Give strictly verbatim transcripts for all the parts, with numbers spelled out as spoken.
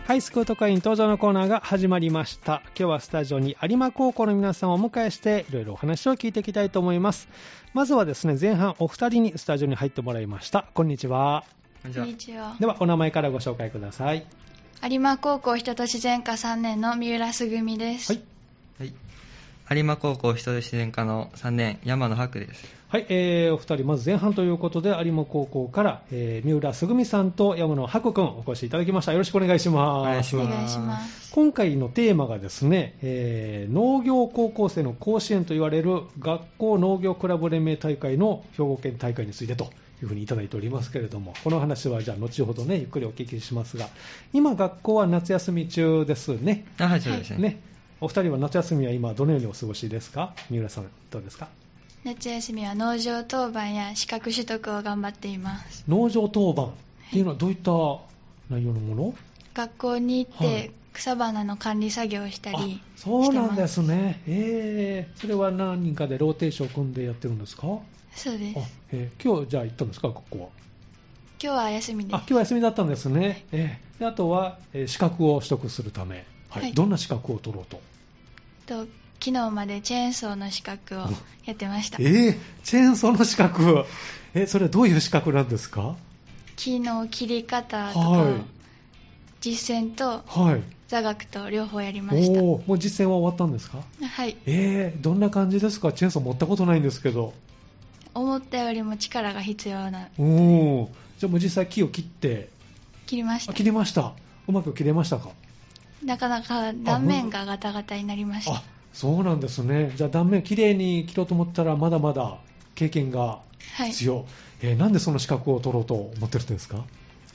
はい、スクート会員登場のコーナーが始まりました。今日はスタジオに有馬高校の皆さんをお迎えしていろいろお話を聞いていきたいと思います。まずはですね、前半お二人にスタジオに入ってもらいました。こんにちは。 こんにちは。 ではお名前からご紹介ください。 有馬高校人と自然科さんねんの三浦すぐみです。 はい、 はい、有馬高校人と自然科のさんねん山野博です。 はい、えー、お二人まず前半ということで有馬高校から、えー、三浦すぐみさんと山野博くんお越しいただきました。よろしくお願いします。 お願いします。 お願いします。 今回のテーマがですね、えー、農業高校生の甲子園と言われる学校農業クラブ連盟大会の兵庫県大会についてというふうにいただいておりますけれども、この話はじゃあ後ほどねゆっくりお聞きしますが、今学校は夏休み中ですね。 あ、はい、そうですね。 ね、お二人は夏休みは今どのようにお過ごしですか？三浦さんどうですか？ 夏休みは農場当番や資格取得を頑張っています。 農場当番っていうのはどういった内容のもの？ 学校に行っはいて草花の管理作業をしたりしてます。 あ、そうなんですね。えー、それは何人かでローテーションを組んでやってるんですか？ そうです。 あ、えー、今日じゃあ行ったんですか、学校は？ 今日は休みです。 あ、今日は休みだったんですね。えー、であとは、えー資格を取得するため、はいはいどんな資格を取ろうと？ と昨日までチェーンソーの資格をやってました。 えー、チェーンソーの資格、えー、それはどういう資格なんですか？ 木の切り方とか、 はい実践とはい。 座学と両方やりました。 おー、もう実践は終わったんですか？ はい。 えー、どんな感じですか？チェーンソー持ったことないんですけど。 思ったよりも力が必要な。 おー、じゃあもう実際木を切って切りました。 あ切れました。うまく切れましたか？ なかなか断面がガタガタになりました。 あ、そうなんですね。じゃあ断面きれいに切ろうと思ったらまだまだ経験が必要、はいえー、なんでその資格を取ろうと思ってるんですか？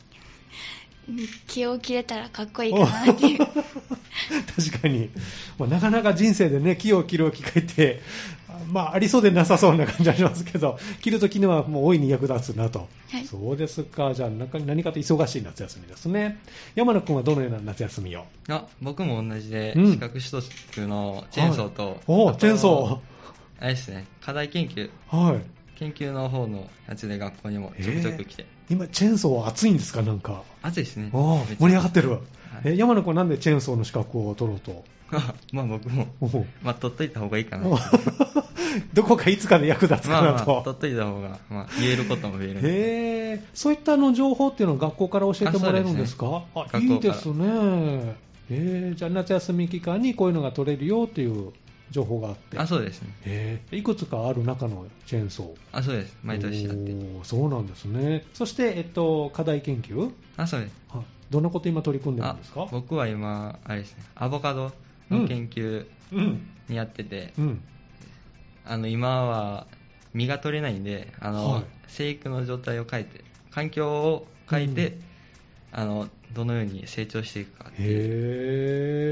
木を切れたらかっこいいかなっていう確かに、まあ、なかなか人生でね木を切る機会ってまあ、ありそうでなさそうな感じありますけど、切るときにはもう大いに役立つなと、 はい、 そうですか。じゃあ何かと忙しい夏休みですね。山野君はどのような夏休みを？ あ、僕も同じで、 うん、 資格取得のチェーンソーと、はい、 おチェーンソーあれですね、課題研究、 はい、 研究の方のやつで学校にもちょくちょく来て、 えー、今チェーンソーは暑いんですか？なんか暑いですね。 盛り上がってる、はい、え山野君はなんでチェーンソーの資格を取ろうと？ まあ僕も、まあ、取っといた方がいいかなどこかいつかで役立つかなと、 まあまあ、取っといた方が、まあ、言えることも言える。 へー、そういったの情報っていうのは学校から教えてもらえるんですか？あ、あ、いいですね。えー、じゃあ夏休み期間にこういうのが取れるよという情報があって。 あ、そうですね。 えー、いくつかある中のチェーンソー。 あ、そうです。毎年やって。 おそうなんですね。そして、えっと、課題研究。 あ、そうです。 はどんなこと今取り組んでるんですか？ 僕は今あれですね、アボカドの研究にやってて、うんうん、あの今は実が取れないんで、あの、はい、生育の状態を変えて、環境を変えて、うん、あのどのように成長していくかっていう。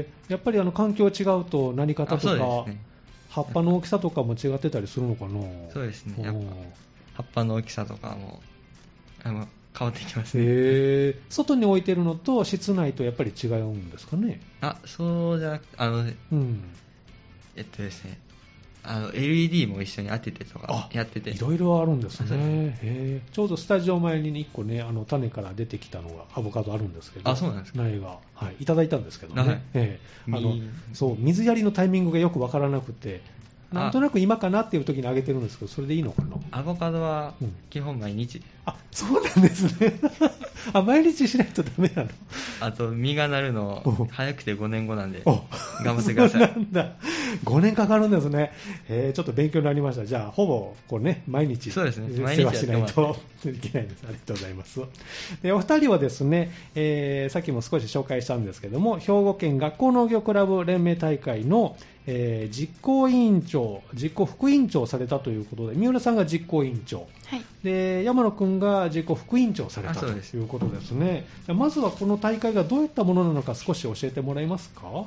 へー、やっぱりあの環境違うと何かとか、ね、葉っぱの大きさとかも違ってたりするのかな？ そうですね、やっぱ葉っぱの大きさとかもあの変わってきますね。 へー、外に置いてるのと室内とやっぱり違うんですかね？ あ、そうじゃなくて、あの、うん、えっとですね、あの エルイーディー も一緒に当ててとかやってて、 いろいろあるんですね。へー、ちょうどスタジオ前にいっこね、あの種から出てきたのがアボカドあるんですけど、 あ、そうなんですか。 苗が、はい、いただいたんですけどね、はい、えー、あのそう水やりのタイミングがよくわからなくて、なんとなく今かなっていう時にあげてるんですけど、それでいいのかな？ アボカドは基本毎日、うん、 あ、そうなんですねあ、毎日しないとダメなの？ あと実がなるの早くてごねんごなんで頑張ってください。 そうなんだ、ごねんかかるんですね。えー、ちょっと勉強になりました。じゃあほぼこう、ね、毎日世話しないといけないです。ありがとうございます。でお二人はですね、えー、さっきも少し紹介したんですけども、兵庫県学校農業クラブ連盟大会の、えー、実行委員長、実行副委員長をされたということで、三浦さんが実行委員長、 はい、 で山野君が実行副委員長をされたということですね。まずはこの大会がどういったものなのか少し教えてもらえますか？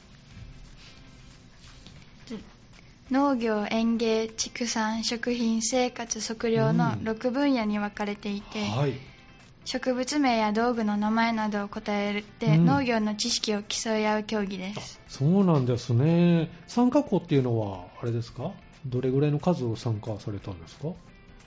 農業、園芸、畜産、食品、生活、測量のろくぶんやに分かれていて、うんはい、植物名や道具の名前などを答えて、うん、農業の知識を競い合う競技です。 そうなんですね。参加校っていうのはあれですか？どれぐらいの数を参加されたんですか？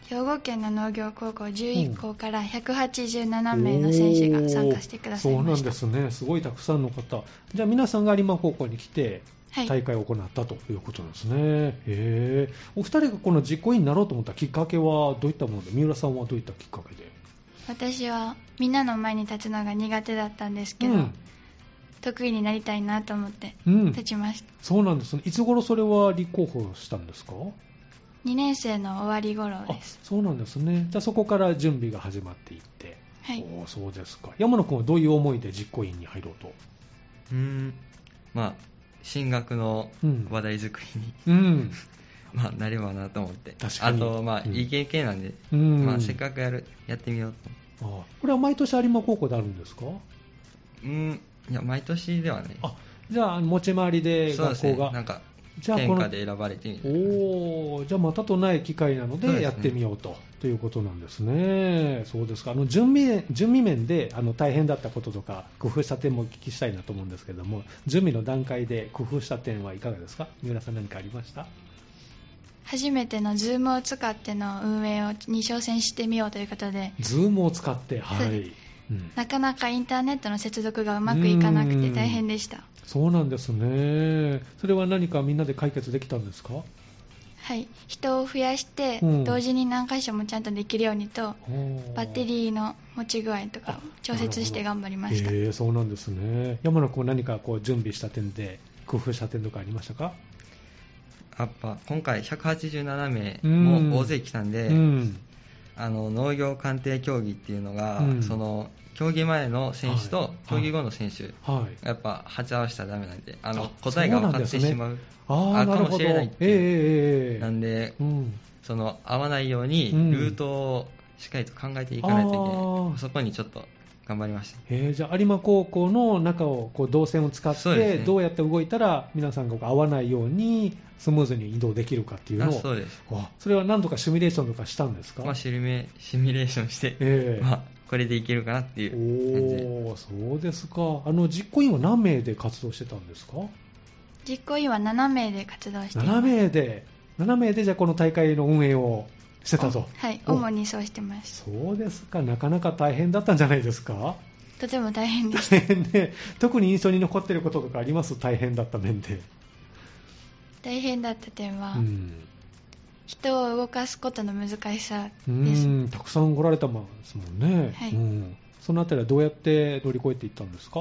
兵庫県の農業高校じゅういっこうからひゃくはちじゅうななめいの選手が参加してくださいました。 そうなんですね。すごいたくさんの方。じゃあ皆さんが有馬高校に来て大会を行ったということなんですね。はい、へー。お二人がこの実行委員になろうと思ったきっかけはどういったもので、三浦さんはどういったきっかけで？ 私はみんなの前に立つのが苦手だったんですけど、うん、得意になりたいなと思って立ちました。 うん、そうなんですね。いつ頃それは立候補したんですか？ にねん生の終わり頃です。 あ、そうなんですね。じゃあそこから準備が始まっていって。 はい。 お、そうですか。山野君はどういう思いで実行委員に入ろうと？ うーん、まあ進学の話題作りに、 うん、 まあなればなと思って。 確かに。 あとまあ、うん、いい経験なんで、 うん、 まあせっかくやるやってみようと。 ああ、これは毎年有馬高校であるんですか？ うん、いや毎年ではない。 あ、じゃあ持ち回りで学校が。 そうですね、なんか県下で選ばれてみたいな。 おー、じゃあまたとない機会なのでやってみようと、ね、ということなんですね。そうですか。あの準備準備面であの大変だったこととか工夫した点もお聞きしたいなと思うんですけども、準備の段階で工夫した点はいかがですか？三浦さん、何かありました？ 初めての Zoom を使っての運営に挑戦してみようということで。 Zoom を使って、はい、 うん、なかなかインターネットの接続がうまくいかなくて大変でした。 そうなんですね。それは何かみんなで解決できたんですか？ はい、人を増やして、うん、同時に何箇所もちゃんとできるようにと、バッテリーの持ち具合とか調節して頑張りました。 えー、そうなんですね。山野君、何かこう準備した点で工夫した点とかありましたか？ やっぱ今回ひゃくはちじゅうななめいも大勢来たんで、うん、あの農業鑑定競技っていうのが、うん、その競技前の選手と競技後の選手、はいはい、やっぱ鉢合わせたらダメなんで、あの答えが分かってしまう、ああかもしれないっていう、えー、なんで、うん、その合わないようにルートをしっかりと考えていかないといけない、うん、そこにちょっと頑張りました。 えー、じゃあ有馬高校の中をこう動線を使って、ね、どうやって動いたら皆さんが合わないようにスムーズに移動できるかっていうのを。 あ、そうです。 それは何度かシミュレーションとかしたんですか？ まあ、シミュレーションして、えーまあ、これでいけるかなっていう感じで。 おー、そうですか。あの実行委員は何名で活動してたんですか？ 実行委員はななめいで活動しています。 ななめいでななめいでじゃあこの大会の運営をしてたと。 はい、主にそうしてます。 そうですか。なかなか大変だったんじゃないですか？ とても大変でした。 大変で、特に印象に残っていることとかあります？大変だった面で。 大変だった点は、うん、人を動かすことの難しさです。 うん、たくさん来られたもんですもんね。はい、うん、そのあたりはどうやって乗り越えていったんですか？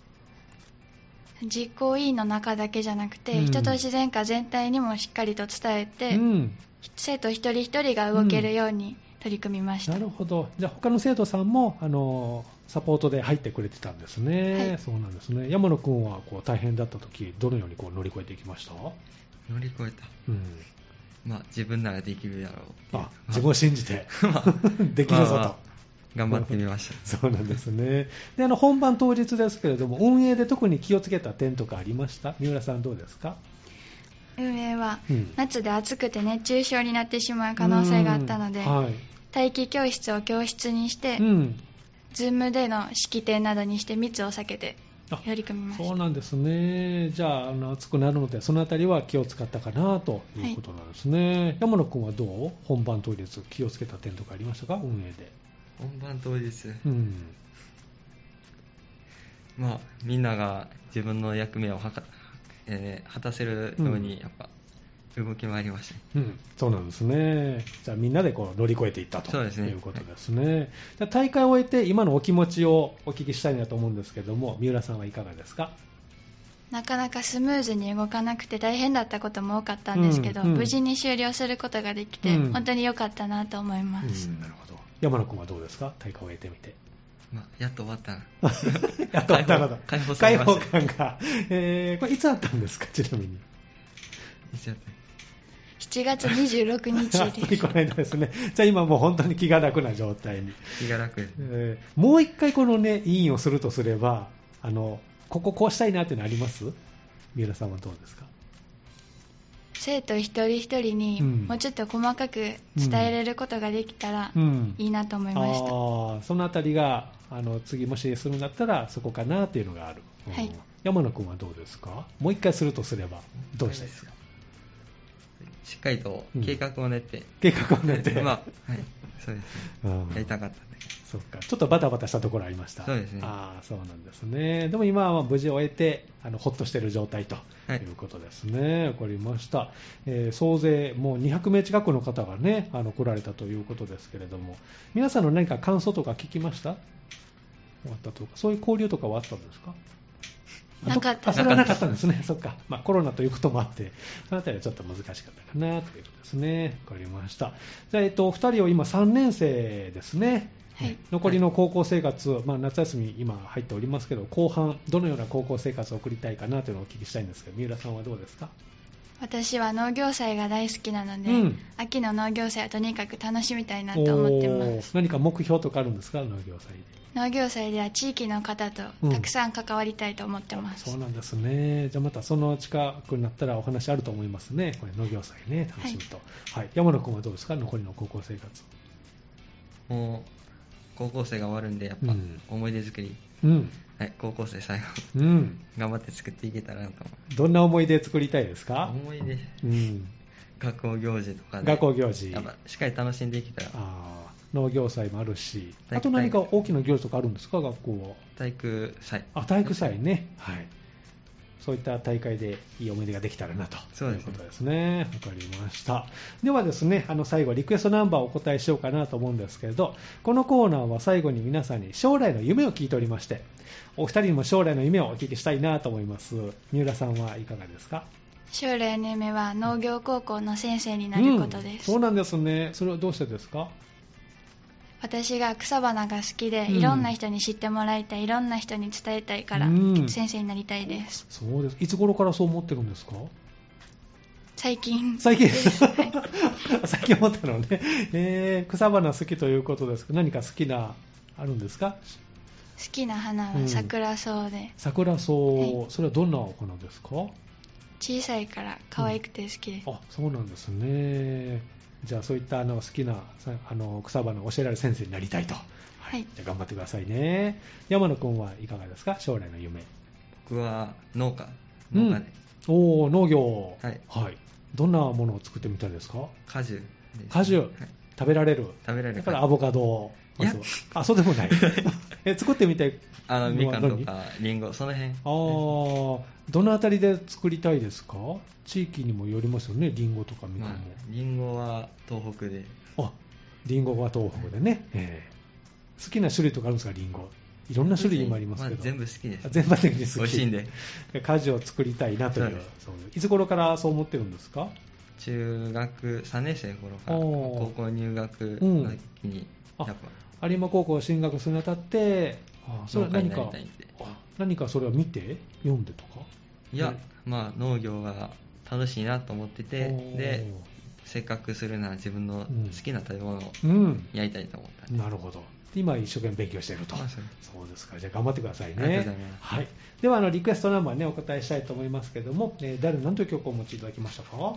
実行委員の中だけじゃなくて、うん、人と自然界全体にもしっかりと伝えて、うん、生徒一人一人が動けるように取り組みました。 うん、なるほど。じゃあ他の生徒さんもあのサポートで入ってくれてたんですね。はい、そうなんですね。山野君はこう大変だった時どのようにこう乗り越えていきました？ 乗り越えた、うん、まあ自分ならできるやろう。 あ、自分を信じて、まあ、できるぞと、まあまあ頑張ってみました。 そうなんですね。で、あの本番当日ですけれども、運営で特に気をつけた点とかありました？三浦さんどうですか？ 運営は、うん、夏で暑くて熱中症になってしまう可能性があったので、はい、待機教室を教室にして、うん、Zoom での式典などにして密を避けて取り組みました。 そうなんですね。じゃあ、あの暑くなるのでそのあたりは気を使ったかなということなんですね。はい、山野君はどう？本番当日気をつけた点とかありましたか？運営で。 本番当日、うん、まあみんなが自分の役目をはか、えー、果たせるようにやっぱ動き回りましたね。 うん、そうなんですね。じゃあみんなでこう乗り越えていったとそうですね、 いうことですね。はい、じゃあ大会を終えて今のお気持ちをお聞きしたいなと思うんですけども、三浦さんはいかがですか？ なかなかスムーズに動かなくて大変だったことも多かったんですけど、うんうん、無事に終了することができて、うん、本当に良かったなと思います。 うん、なるほど。山野君はどうですか？大会を終えてみて。 まあ、やっと終わったな。 やっと終わったなと。 解放されました。 解放感が。えー、これいつあったんですか？ちなみに。 いつやったしちがつにじゅうろくにちです。 この間ですね。じゃあ今もう本当に気が楽な状態に。 気が楽です、 えー。もう一回このね、委員をするとすれば、あの、こここうしたいなっていうのあります？三浦さんはどうですか？ 生徒一人一人にもうちょっと細かく伝えれることができたらいいなと思いました。 うんうん、あ、そのあたりがあの次もしするんだったらそこかなっていうのがある。うん、はい、山野君はどうですか？もう一回するとすればどうしたいですか？ しっかりと計画を練って、うん、 計画を練ってまあ、はい、そうですね、やりたかったんだけど。 そうか、ちょっとバタバタしたところありました。 そうですね。 ああ、そうなんですね。でも今は無事終えて、あのほっとしている状態ということですね。わ、はい、かりました。えー、総勢もうにひゃくめい近くの方がね、あの来られたということですけれども、皆さんの何か感想とか聞きました？終わったとか、そういう交流とかはあったんですか？ なかった。 あ、それはなかったんですね。そっか。まあコロナということもあって、そのあたりはちょっと難しかったかなということですね。わかりました。じゃあ、えっと、お二人は今さんねん生ですね。はい、残りの高校生活、まあ、夏休み今入っておりますけど、後半どのような高校生活を送りたいかなというのをお聞きしたいんですが、三浦さんはどうですか？ 私は農業祭が大好きなので、うん、秋の農業祭はとにかく楽しみたいなと思ってます。 何か目標とかあるんですか？農業祭で。 農業祭では地域の方とたくさん関わりたいと思ってます。 うん、そうなんですね。じゃあまたその近くになったらお話あると思いますね。これ農業祭ね、楽しみと。はいはい、山野君はどうですか？残りの高校生活。 もう高校生が終わるんで、やっぱ思い出作り、うん、はい、高校生最後、うん、頑張って作っていけたらなと思う。 どんな思い出作りたいですか？ 思い出、うん、学校行事とかで、 学校行事やっぱしっかり楽しんでいけたら。 あ、農業祭もあるし、あと何か大きな行事とかあるんですか？学校は。 体育祭。 あ、体育祭ね、はい、そういった大会でいい思い出ができたらなということですね。わかりました。ではですね、あの最後リクエストナンバーをお答えしようかなと思うんですけれど、このコーナーは最後に皆さんに将来の夢を聞いておりまして、お二人にも将来の夢をお聞きしたいなと思います。三浦さんはいかがですか？ 将来の夢は農業高校の先生になることです。 うん、そうなんですね。それはどうしてですか？ 私が草花が好きで、うん、いろんな人に知ってもらいたい、いろんな人に伝えたいから、うん、先生になりたいです。 そうです。いつ頃からそう思ってるんですか？ 最近最近最近思ったのね、えー、草花好きということですけど、何か好きなあるんですか？ 好きな花は桜草で、うん、 桜草、はい、それはどんなお花ですか？ 小さいから可愛くて好きです。 うん、あ、そうなんですね。じゃあそういったあの好きなあの草花を教えられる先生になりたいと、はい、じゃあ頑張ってくださいね。山野君はいかがですか？将来の夢。 僕は農家農家で、 うん、おー、農業、 はい、 はい、どんなものを作ってみたいですか？ 果樹です。 果樹、はい、食べられる食べられる。 だからアボカド。 いやあ、そうでもないえ、作ってみたい。 あのみかんとかリンゴ、その辺。ああ、どのあたりで作りたいですか？地域にもよりますよね、リンゴとかみかんも。まあ、リンゴは東北で。 あ、リンゴは東北でね、えー、好きな種類とかあるんですか？リンゴいろんな種類もありますけど、 まあ、全部好きです。 全般的に好き。 美味しいんで果樹を作りたいなという。そう、いつ頃からそう思ってるんですか？ 中学さんねん生の頃から高校入学の時に、 うん、やっぱ有馬高校進学するにあたって、あ、それは何か何かそれを見て読んでとか？ いや、まあ農業が楽しいなと思ってて、でせっかくするなら自分の好きな食べ物をやりたいと思った、 うんうん、なるほど。今一生懸命勉強していると。そうですか。じゃあ頑張ってくださいね。 ありがとうございます。 はい。ではあのリクエストナンバーねお答えしたいと思いますけども、えー、誰何という曲をお持ちいただきましたか？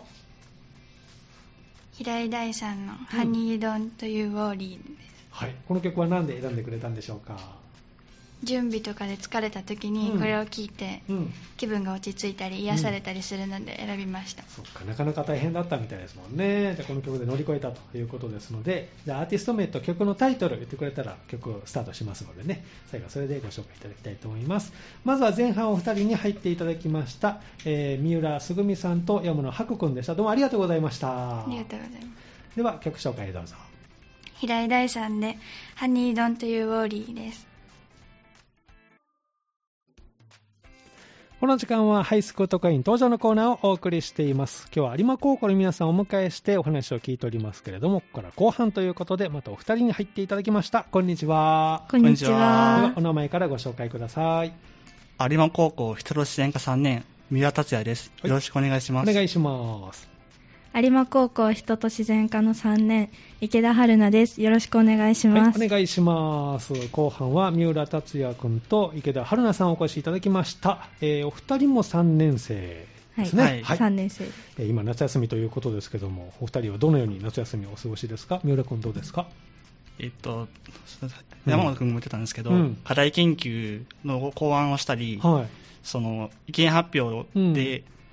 平井大さんのハニードンというウォーリーです、うん、 はい。この曲は何で選んでくれたんでしょうか？ 準備とかで疲れた時にこれを聴いて気分が落ち着いたり癒されたりするので選びました、 うんうん、そっか、なかなか大変だったみたいですもんね。じゃあこの曲で乗り越えたということですので、じゃあアーティスト名と曲のタイトル言ってくれたら曲スタートしますのでね、最後それでご紹介いただきたいと思います。まずは前半お二人に入っていただきました、えー、三浦すぐみさんと山野白くんでした。どうもありがとうございました。 ありがとうございます。 では曲紹介どうぞ。 平井大さんでハニードンというウォーリーです。 この時間はハイスクートコイン登場のコーナーをお送りしています。今日は有馬高校の皆さんをお迎えしてお話を聞いておりますけれども、ここから後半ということでまたお二人に入っていただきました。こんにちは。 こんにちは。 ではお名前からご紹介ください。 有馬高校人と自然科さんねん、三浦達也です。よろしくお願いします。 お願いします。 有馬高校人と自然科のさんねん、池田春菜です。よろしくお願いします。 はい、お願いします。後半は三浦達也君と池田春菜さんをお越しいただきました。えー、お二人もさんねん生ですね。 はい、はい、さんねん生、 えー、今夏休みということですけども、お二人はどのように夏休みをお過ごしですか？三浦君どうですか？ えっと、山本君も言ってたんですけど、うん、課題研究の考案をしたり、はい、その意見発表で、うん、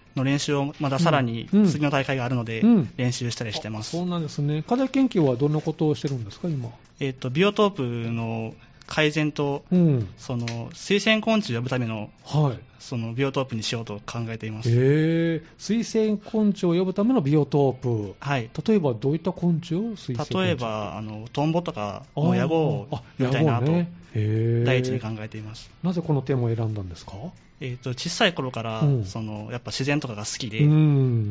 の練習をまださらに次の大会があるので練習したりしてます。 うんうん、そうなんですね。課題研究はどんなことをしてるんですか今？ えっとビオトープの改善と、うん、その水生昆虫を呼ぶための、はい、そのビオトープにしようと考えています。 へー、水生昆虫を呼ぶためのビオトープ、はい、例えばどういった昆虫を水生昆虫？ 例えばあのトンボとかのヤゴを呼びたいなと、ね、第一に考えています。 なぜこのテーマを選んだんですか？ えー、と小さい頃から、うん、そのやっぱ自然とかが好きで、うん、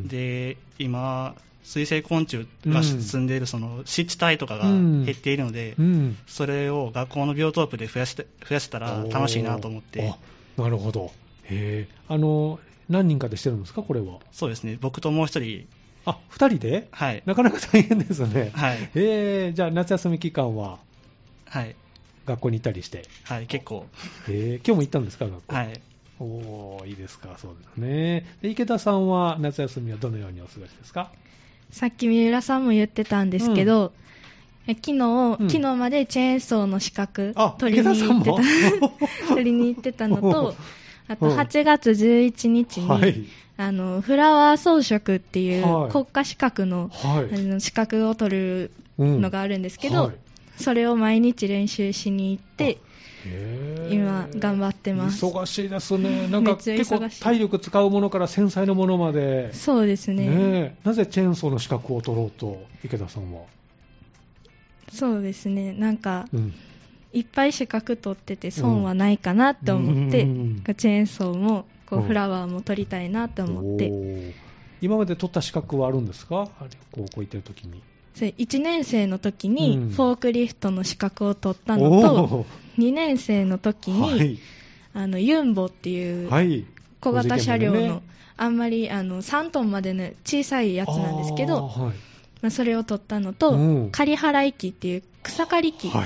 で今水生昆虫が住んでいるその湿地帯とかが減っているので、うん、それを学校のビオトープで増やして増やせたら楽しいなと思って。 なるほど。へー、あの何人かでしてるんですかこれは？ そうですね、僕ともう一人。 あ、ふたりで？ はい。 なかなか大変ですね。 はい。 えー、じゃあ夏休み期間ははい学校に行ったりして？ はい、結構。 えー、今日も行ったんですか学校？ はい。 おー、いいですか。そうですね。で池田さんは夏休みはどのようにお過ごしですか？ さっき三浦さんも言ってたんですけど、うん、昨日、うん、昨日までチェーンソーの資格取りに行ってた取りに行ってたのと、あとはちがつじゅういちにちに、はい、あのフラワー装飾っていう国家資格の、はい、あの資格を取るのがあるんですけど、うんはい、それを毎日練習しに行って今頑張ってます。 忙しいですね。なんか結構体力使うものから繊細なものまで。 そうです ね, ね。なぜチェーンソーの資格を取ろうと池田さんは？ そうですね、なんか、うん、いっぱい資格取ってて損はないかなと思って、うん、チェーンソーもこうフラワーも取りたいなと思って、うん、 今まで取った資格はあるんですか？高校行ってる時に。 いちねん生の時にフォークリフトの資格を取ったのと、うん、にねん生の時に、はい、あのユンボっていう小型車両の、はいね、あんまりあのさんトンまでの小さいやつなんですけど、はい、まあ、それを取ったのと、うん、刈払機っていう草刈り機の、はい、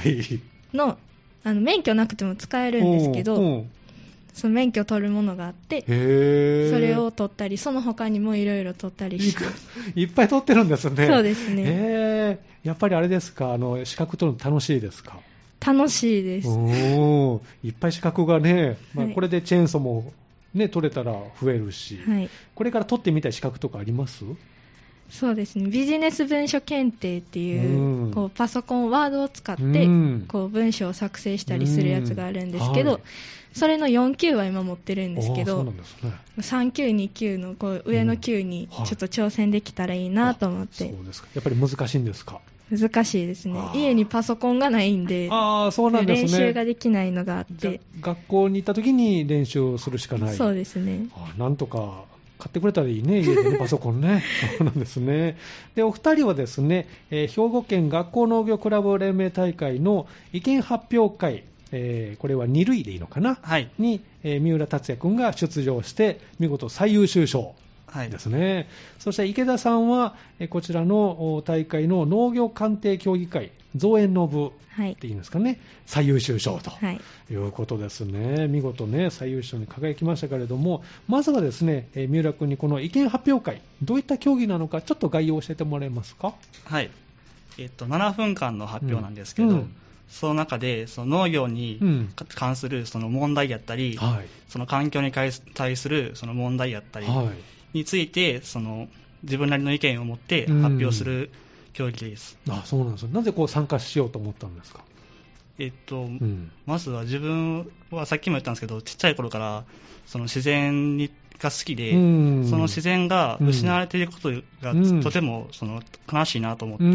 あの免許なくても使えるんですけど、うん、その免許を取るものがあって、へそれを取ったり、その他にもいろいろ取ったりしていっぱい取ってるんですね。 そうですね。 へやっぱりあれですか、あの資格取るの楽しいですか？ 楽しいです。 おいっぱい資格がね、まあ、これでチェーンソーも、ね、取れたら増えるし、はい、これから取ってみたい資格とかあります？ そうですね、ビジネス文書検定っていう、うん、こうパソコン、ワードを使って、うん、こう文章を作成したりするやつがあるんですけど、うんはい、それのよん級は今持ってるんですけど、そうなんですね、さん級、に級のこう上の級にちょっと挑戦できたらいいなと思って、 うんはい、そうですか。やっぱり難しいんですか？ 難しいですね。家にパソコンがないんで、 あそうなんですね、 練習ができないのがあって、 学校に行った時に練習をするしかない。 そうですね。 あなんとか買ってくれたらいいね、家でね、パソコンね。そうなんですね。で、お二人はですね、えー、兵庫県学校農業クラブ連盟大会の意見発表会、えー、これはに類でいいのかな、はい、に、えー、三浦達也君が出場して、見事最優秀賞ですね。はい、そして池田さんは、えー、こちらの大会の農業鑑定協議会、造園の部っていうんですかね、はい、最優秀賞ということですね、はい、見事ね最優秀に輝きましたけれども、まずはですね、えー、三浦君にこの意見発表会、どういった競技なのかちょっと概要を教えてもらえますか？ はい、えっと、ななふんかんの発表なんですけど、うんうん、その中でその農業に関するその問題やったり、うんはい、その環境に対するその問題やったりについて、その自分なりの意見を持って発表する競技です。 うん、あ、そうなんです。なぜこう参加しようと思ったんですか？ えっと、うん、まずは自分はさっきも言ったんですけど、ちっちゃい頃からその自然にが好きで、うん、その自然が失われていることが、うん、とてもその悲しいなと思って、うん、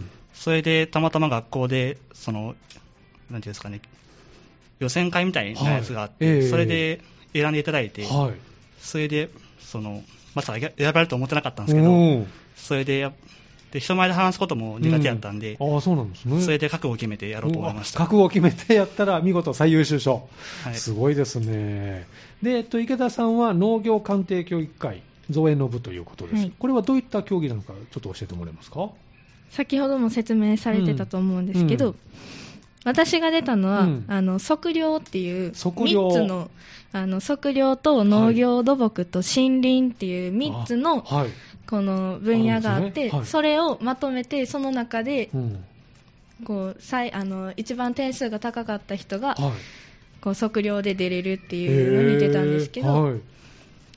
それでたまたま学校でそのなんていうんですかね、予選会みたいなやつがあって、はいえー、それで選んでいただいて、はい、それでそのまさか選ばれると思ってなかったんですけど、それでやで人前で話すことも苦手やったんで、 うん、あそうなんですね。 それで覚悟を決めてやろうと思いました。 覚悟を決めてやったら見事最優秀賞、はい、すごいですね。で、えっと、池田さんは農業鑑定協議会造園の部ということです、はい、これはどういった競技なのかちょっと教えてもらえますか？ 先ほども説明されてたと思うんですけど、うんうん、私が出たのは、うん、あの測量っていうみっつ の, あの測量と農業土木と森林っていうみっつの、はい、この分野があって、ねはい、それをまとめてその中で、うん、こう最あの一番点数が高かった人が、はい、こう測量で出れるっていうのに出たんですけど、はい、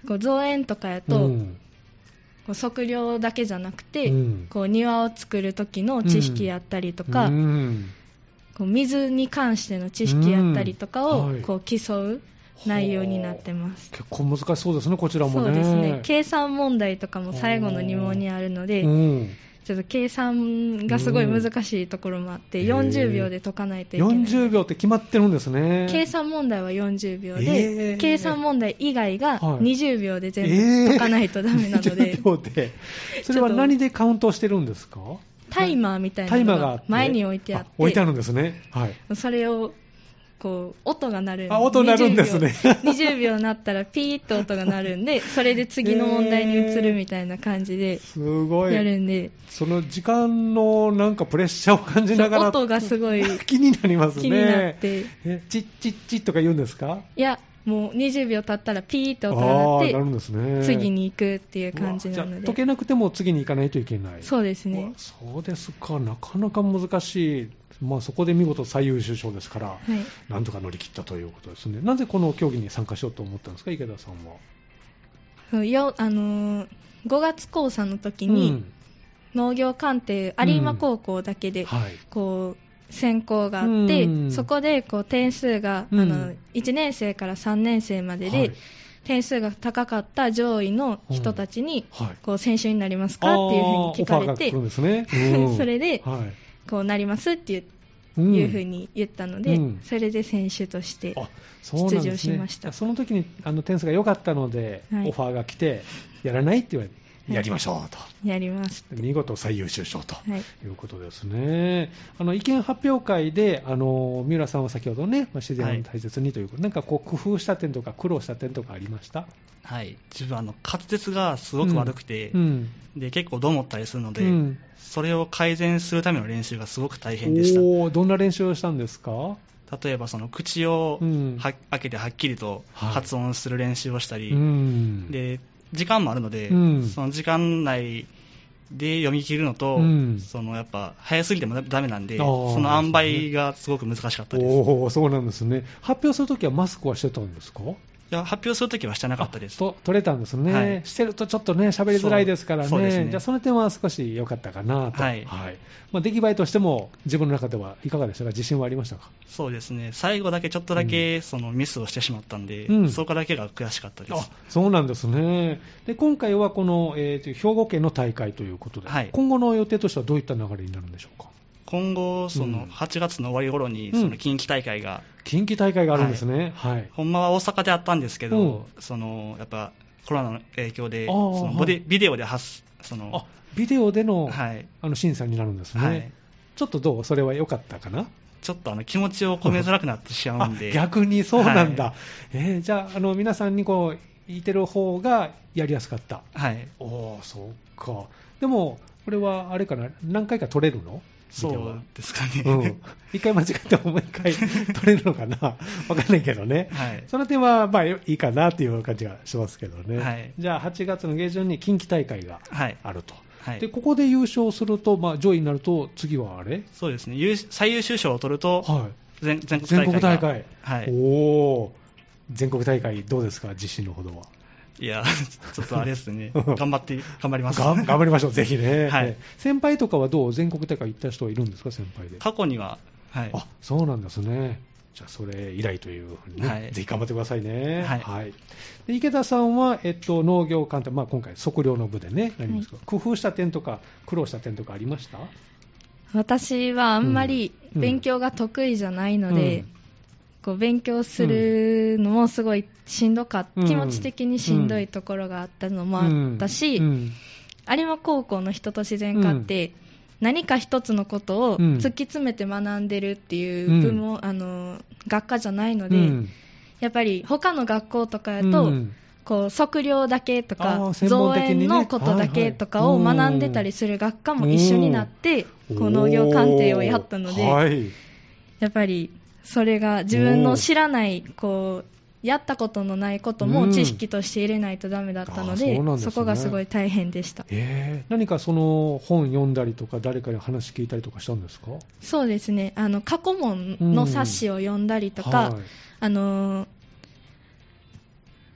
こう造園とかやと、うん、こう測量だけじゃなくて、うん、こう庭を作る時の知識やったりとか、うん、こう水に関しての知識やったりとかをこう競う内容になってます。 結構難しそうですね、こちらもね。 そうですね。計算問題とかも最後のに問にあるので、うん、ちょっと計算がすごい難しいところもあって、うん、よんじゅうびょうで解かないといけない。 よんじゅうびょうって決まってるんですね。 計算問題はよんじゅうびょうで、えー、計算問題以外がにじゅうびょうで全部解かないとダメなので、えー、にじゅうびょうでそれは何でカウントしてるんですか？ タイマーみたいなのが前に置いてあって、 置いてあるんですね。はい。 それをこう音が鳴る。 あ、音鳴るんですね。 にじゅうびょうになったらピーッと音が鳴るんで、それで次の問題に移るみたいな感じでやるんで、えー、 その時間のなんかプレッシャーを感じながら音がすごい気になりますね。 気になって、 え、チッチッチッとか言うんですか？ いや、もうにじゅうびょう経ったらピーッと音が鳴って、 なるんですね、 次に行くっていう感じなので。 じゃあ解けなくても次に行かないといけない。 そうですね。 そうですか。なかなか難しい。まあ、そこで見事最優秀賞ですから、はい、なんとか乗り切ったということですね。なぜこの競技に参加しようと思ったんですか、池田さんは。 よあのー、ごがつこうさんの時に、うん、農業鑑定有馬高校だけで、うん、はい、こう選考があって、うん、そこでこう点数が、うん、あのいちねん生からさんねん生までで、はい、点数が高かった上位の人たちに、うん、はい、こう選手になりますかっていうふうに聞かれて、 ね、うん、 それで、はい、こうなりますっていういうふうに言ったので、うん、それで選手として出場しました。 そ, ね、その時にあの点数が良かったので、はい、オファーが来てやらないって言われて、やりましょうと、はい、 やります見事最優秀賞ということですね、はい、あの意見発表会であの三浦さんは先ほどね、まあ、自然を大切にということで、はい、なんかこう工夫した点とか苦労した点とかありました？ はい、自分あの滑舌がすごく悪くて、うんうん、で結構どもったりするので、うん、それを改善するための練習がすごく大変でした。 おー、どんな練習をしたんですか？ 例えばその口をは、うん、開けてはっきりと発音する練習をしたり、はい、で時間もあるので、うん、その時間内で読み切るのと、うん、そのやっぱ早すぎてもダメなんで、その塩梅がすごく難しかったです。 おー、そうなんですね。発表するときはマスクはしてたんですか？ いや、発表するときはしてなかったです。 と取れたんですね、はい、してるとちょっとね喋りづらいですからね。 そ, うねじゃあその点は少し良かったかなと、はいはい、まあ、出来栄えとしても自分の中ではいかがでしたか？自信はありましたか？ そうですね、最後だけちょっとだけそのミスをしてしまったんで、うん、そこだけが悔しかったです。 あ、そうなんですね。で今回はこの、えー、兵庫県の大会ということで、はい、今後の予定としてはどういった流れになるんでしょうか？ 今後そのはちがつの終わり頃にその近畿大会が、うん、 近畿大会があるんですね、はいはい、 ほんまは大阪であったんですけど、うん、そのやっぱコロナの影響でそのボデ、はい、ビデオで発そのあビデオでの、はい、あの審査になるんですね、はい、ちょっとどうそれは良かったかな？ ちょっとあの気持ちを込めづらくなってしまうんで逆にそうなんだ、はい、えー、じゃあ、あの皆さんにこう言ってる方がやりやすかった。 はい。 おー、そうか。でもこれはあれかな、何回か撮れるの？ そうですかね、 うん、一回間違ってももう一回撮れるのかなわかんないけどね、はい、その点はまあいいかなという感じがしますけどね、はい、じゃあはちがつの下旬に近畿大会があると、はい、でここで優勝すると、まあ、上位になると次はあれそうですね、最優秀賞を取ると、はい、全, 全国大会全国大会、はい、おー、全国大会どうですか、自信のほどは？ いや、ちょっとあれですね、頑張って、頑張ります。 頑張りましょう、ぜひね。はい、先輩とかはどう、全国大会行った人はいるんですか、先輩で。 過去には、はい。 あ、そうなんですね。じゃあ、それ以来というふうにね、はい、ぜひ頑張ってくださいね。はい。はい、で池田さんは、えっと、農業鑑定、まあ、今回、測量の部でね、なりますけど、はい、工夫した点とか、苦労した点とかありました？ 私はあんまり勉強が得意じゃないので、うんうん、こう勉強するのもすごいしんどかった、うん、気持ち的にしんどいところがあったのもあったし、うんうん、有馬高校の人と自然科って、うん、何か一つのことを突き詰めて学んでるっていう部門、うん、あの学科じゃないので、うん、やっぱり他の学校とかやと、うん、こう測量だけとか、ね、造園のことだけとかを学んでたりする学科も一緒になって、こう農業鑑定をやったので、はい、やっぱりそれが自分の知らないこうやったことのないことも知識として入れないとダメだったの で,、うん そ, でね、そこがすごい大変でした。 えー、何かその本読んだりとか誰かに話聞いたりとかしたんですか？ そうですね、あの過去問の冊子を読んだりとか、うんはい、あの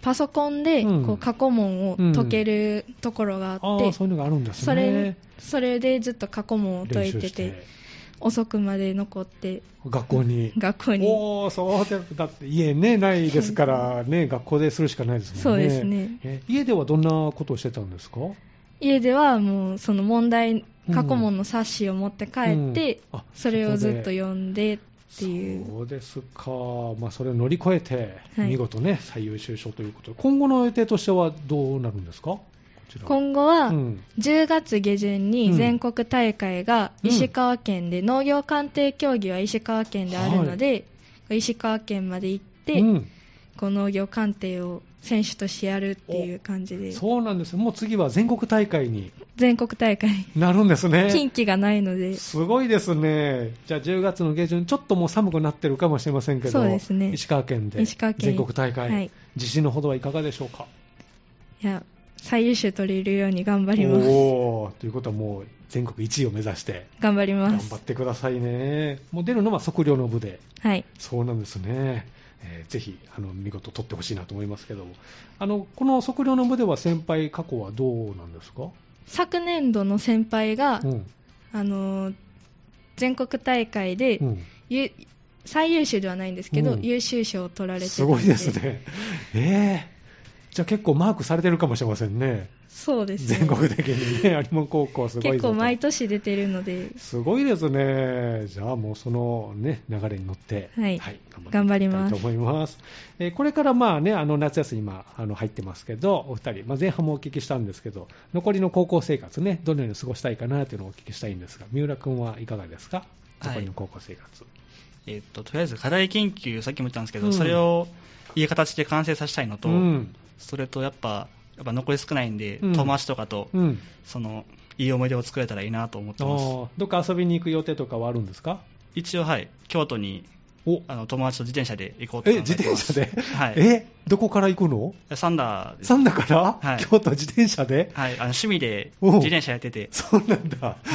パソコンでこう過去問を解けるところがあって、うんうん、 あそういうのがあるんですね。 それ、それでずっと過去問を解いてて遅くまで残って学校に学校におそうでだって家ねないですからね学校でするしかないですもんね。 そうですね。 え家ではどんなことをしてたんですか？ 家ではもうその問題過去問の冊子を持って帰って、うんうん、それをずっと読んでっていう。 そうですか、まあ、それを乗り越えて見事ね、はい、最優秀賞ということで今後の予定としてはどうなるんですか？こちら今後はじゅうがつ下旬に全国大会が石川県で、うん、農業鑑定競技は石川県であるので、はい、石川県まで行って、うん、こう農業鑑定を選手としてやるっていう感じで。 そうなんです。もう次は全国大会に全国大会なるんですね。 近畿がないので。 すごいですね。じゃあじゅうがつの下旬ちょっともう寒くなってるかもしれませんけど、 そうですね、 石川県で全国大会、はい、自信のほどはいかがでしょうか？ いや最優秀取れるように頑張ります。 おということはもう全国いちいを目指して頑張ります。 頑張ってくださいね。もう出るのは測量の部で。 はい。 そうなんですね。えー、ぜひあの見事取ってほしいなと思いますけども、あのこの測量の部では先輩過去はどうなんですか？ 昨年度の先輩が、うん、あの全国大会で、うん、最優秀ではないんですけど、うん、優秀賞を取られてたすごいですね。えーじゃあ結構マークされてるかもしれませんね。 そうですね。 全国的にね、有馬高校すごいぞと。 結構毎年出てるので。 すごいですね。じゃあもうそのね流れに乗って、 はい、はい、頑張ります。 と思います。えー、これからまあねあの夏休み今あの入ってますけど、お二人、まあ、前半もお聞きしたんですけど、残りの高校生活ねどのように過ごしたいかなというのをお聞きしたいんですが、三浦君はいかがですか？残りの高校生活。はい、 えー、っととりあえず課題研究さっきも言ったんですけど、うん、それをいい形で完成させたいのと。うん、それとやっぱ、やっぱ残り少ないんで、うん、友達とかと、うん、そのいい思い出を作れたらいいなと思ってます。 どっか遊びに行く予定とかはあるんですか？ 一応はい京都にあの友達と自転車で行こうと考えてます。 え自転車で、 はい、 えどこから行くの？ サンダーです。 サンダーから、はい、京都自転車で、 はい、あの趣味で自転車やってて。 そうなんだ、 はい、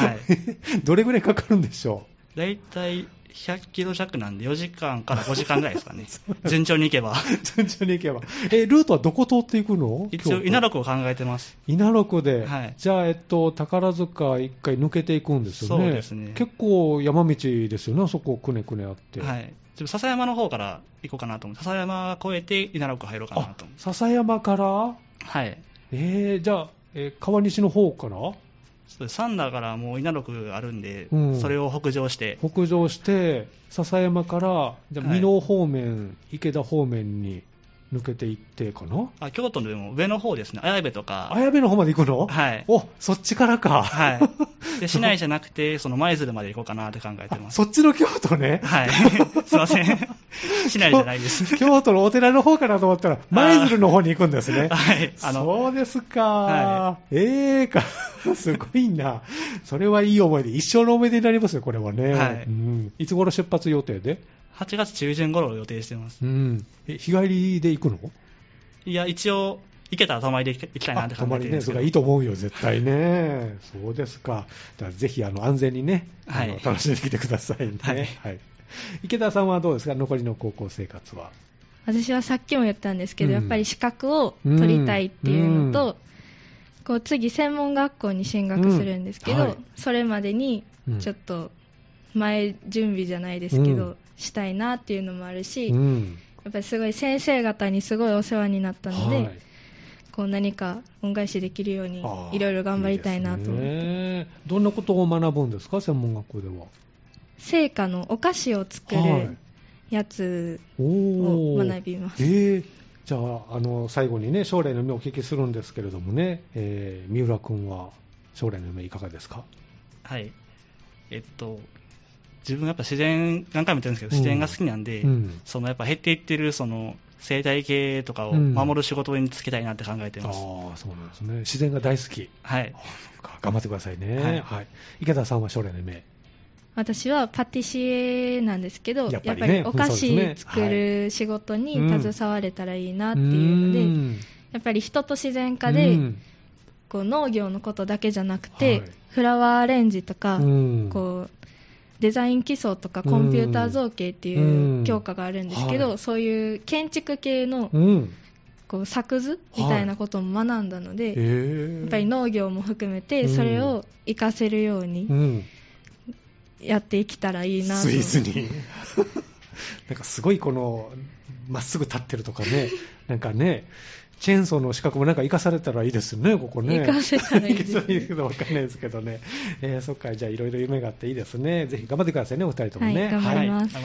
どれぐらいかかるんでしょう？だいたいひゃっキロ弱なんでよじかんからごじかんぐらいですかね。順調に行けば。 順調に行けば。え、ルートはどこ通っていくの？ 一応稲六を考えてます。 稲六で、 はい、 じゃあ、えっと、宝塚一回抜けていくんですよね。 そうですね。 結構山道ですよね、そこくねくねあって。 はい。笹山の方から行こうかなと思って、笹山越えて稲六入ろうかなと思って。 笹山から？ はい。 えー、じゃあ、えー、川西の方から？ サンダーからもう稲六あるんで、うん、それを北上して北上して笹山からじゃあ箕面方面、はい、池田方面に抜けていってかな。 あ京都の上の方ですね。綾部とか綾部の方まで行くの？ はい。 おそっちからか。 はいで市内じゃなくてその舞鶴まで行こうかなって考えてます。 そっちの京都ね。 はいすいません市内じゃないです。 京都のお寺の方かなと思ったら舞鶴の方に行くんですね。 はいあのそうですか、はい、ええー、かすごいな。それはいい思い出、一生の思い出になりますよこれはね。 はい、 うん、いつ頃出発予定で？ はちがつ中旬頃を予定してます。 うん、え日帰りで行くの？ いや一応行けたら泊まりで行きたいなって考えてるんですけど。 泊まりね、それがいいと思うよ絶対ね。そうですか。だからぜひあの安全にね、はい、あの楽しんできてくださいね。はいはい、池田さんはどうですか残りの高校生活は？ 私はさっきも言ったんですけど、うん、やっぱり資格を取りたいっていうのと、うんうん、こう次専門学校に進学するんですけど、うんはい、それまでにちょっと前準備じゃないですけど、うん、したいなっていうのもあるし、うん、やっぱりすごい先生方にすごいお世話になったので、はい、こう何か恩返しできるようにいろいろ頑張りたいなと思って。いいですね。 どんなことを学ぶんですか専門学校では？ 製菓のお菓子を作るやつを学びます。 はい、えーじゃあ、あの最後にね将来の夢をお聞きするんですけれどもね、えー、三浦君は将来の夢いかがですか？ はいえっと自分はやっぱ自然何回も言ってるんですけど、自然が好きなんで、うん、そのやっぱ減っていってるその生態系とかを守る仕事に就けたいなって考えてます。 うん、ああそうなんですね。自然が大好き。 はい頑張ってくださいね。はい、はい、池田さんは将来の夢？ 私はパティシエなんですけど、やっぱり、ね、やっぱりお菓子作る仕事に携われたらいいなっていうので、うん、やっぱり人と自然科で、うん、こう農業のことだけじゃなくて、はい、フラワーアレンジとか、うん、こうデザイン基礎とかコンピューター造形っていう教科があるんですけど、はい、そういう建築系のこう作図みたいなことも学んだので、はい、やっぱり農業も含めてそれを活かせるようにやっていけたらいいなと、 スイスになんかすごいこのまっすぐ立ってるとかね、なんかねチェーンソーの資格もなんか生かされたらいいですよね、ここね。 生かせたらいいですね。 いいけど分かんないですけどね。えー、そっか、じゃあいろいろ夢があっていいですね。ぜひ頑張ってくださいね、お二人ともね。 はい、頑張ります。 はい、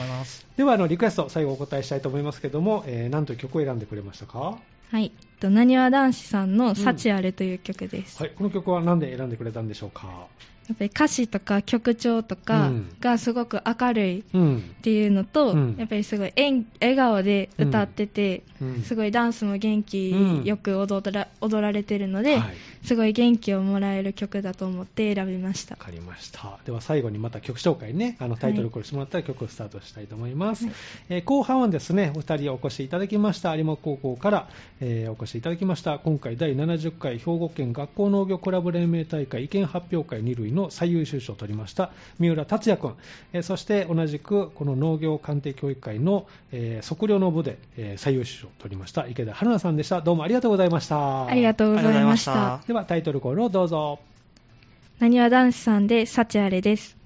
ではあのリクエスト最後お答えしたいと思いますけども、えー、何という曲を選んでくれましたか？ はい、なにわ男子さんの幸あれという曲です、 うん、はい、この曲は何で選んでくれたんでしょうか？ やっぱり歌詞とか曲調とかがすごく明るいっていうのと、うん、やっぱりすごい笑顔で歌ってて、うん、すごいダンスも元気よく踊ら、踊られてるので、はい、すごい元気をもらえる曲だと思って選びました。 わかりました。では最後にまた曲紹介ね、あのタイトルコールしてもらったら曲をスタートしたいと思います、はい、えー、後半はですねお二人お越しいただきました有馬高校から、えー、お越しいただきました。今回だいななじゅっかい兵庫県学校農業コラボ連盟大会意見発表会に類の最優秀賞を取りました三浦達也君、えー、そして同じくこの農業鑑定教育会の、えー、測量の部で、えー、最優秀賞を取りました池田春菜さんでした。どうもありがとうございました。 ありがとうございました。 ではタイトルコールをどうぞ。 なにわ男子さんで幸あれです。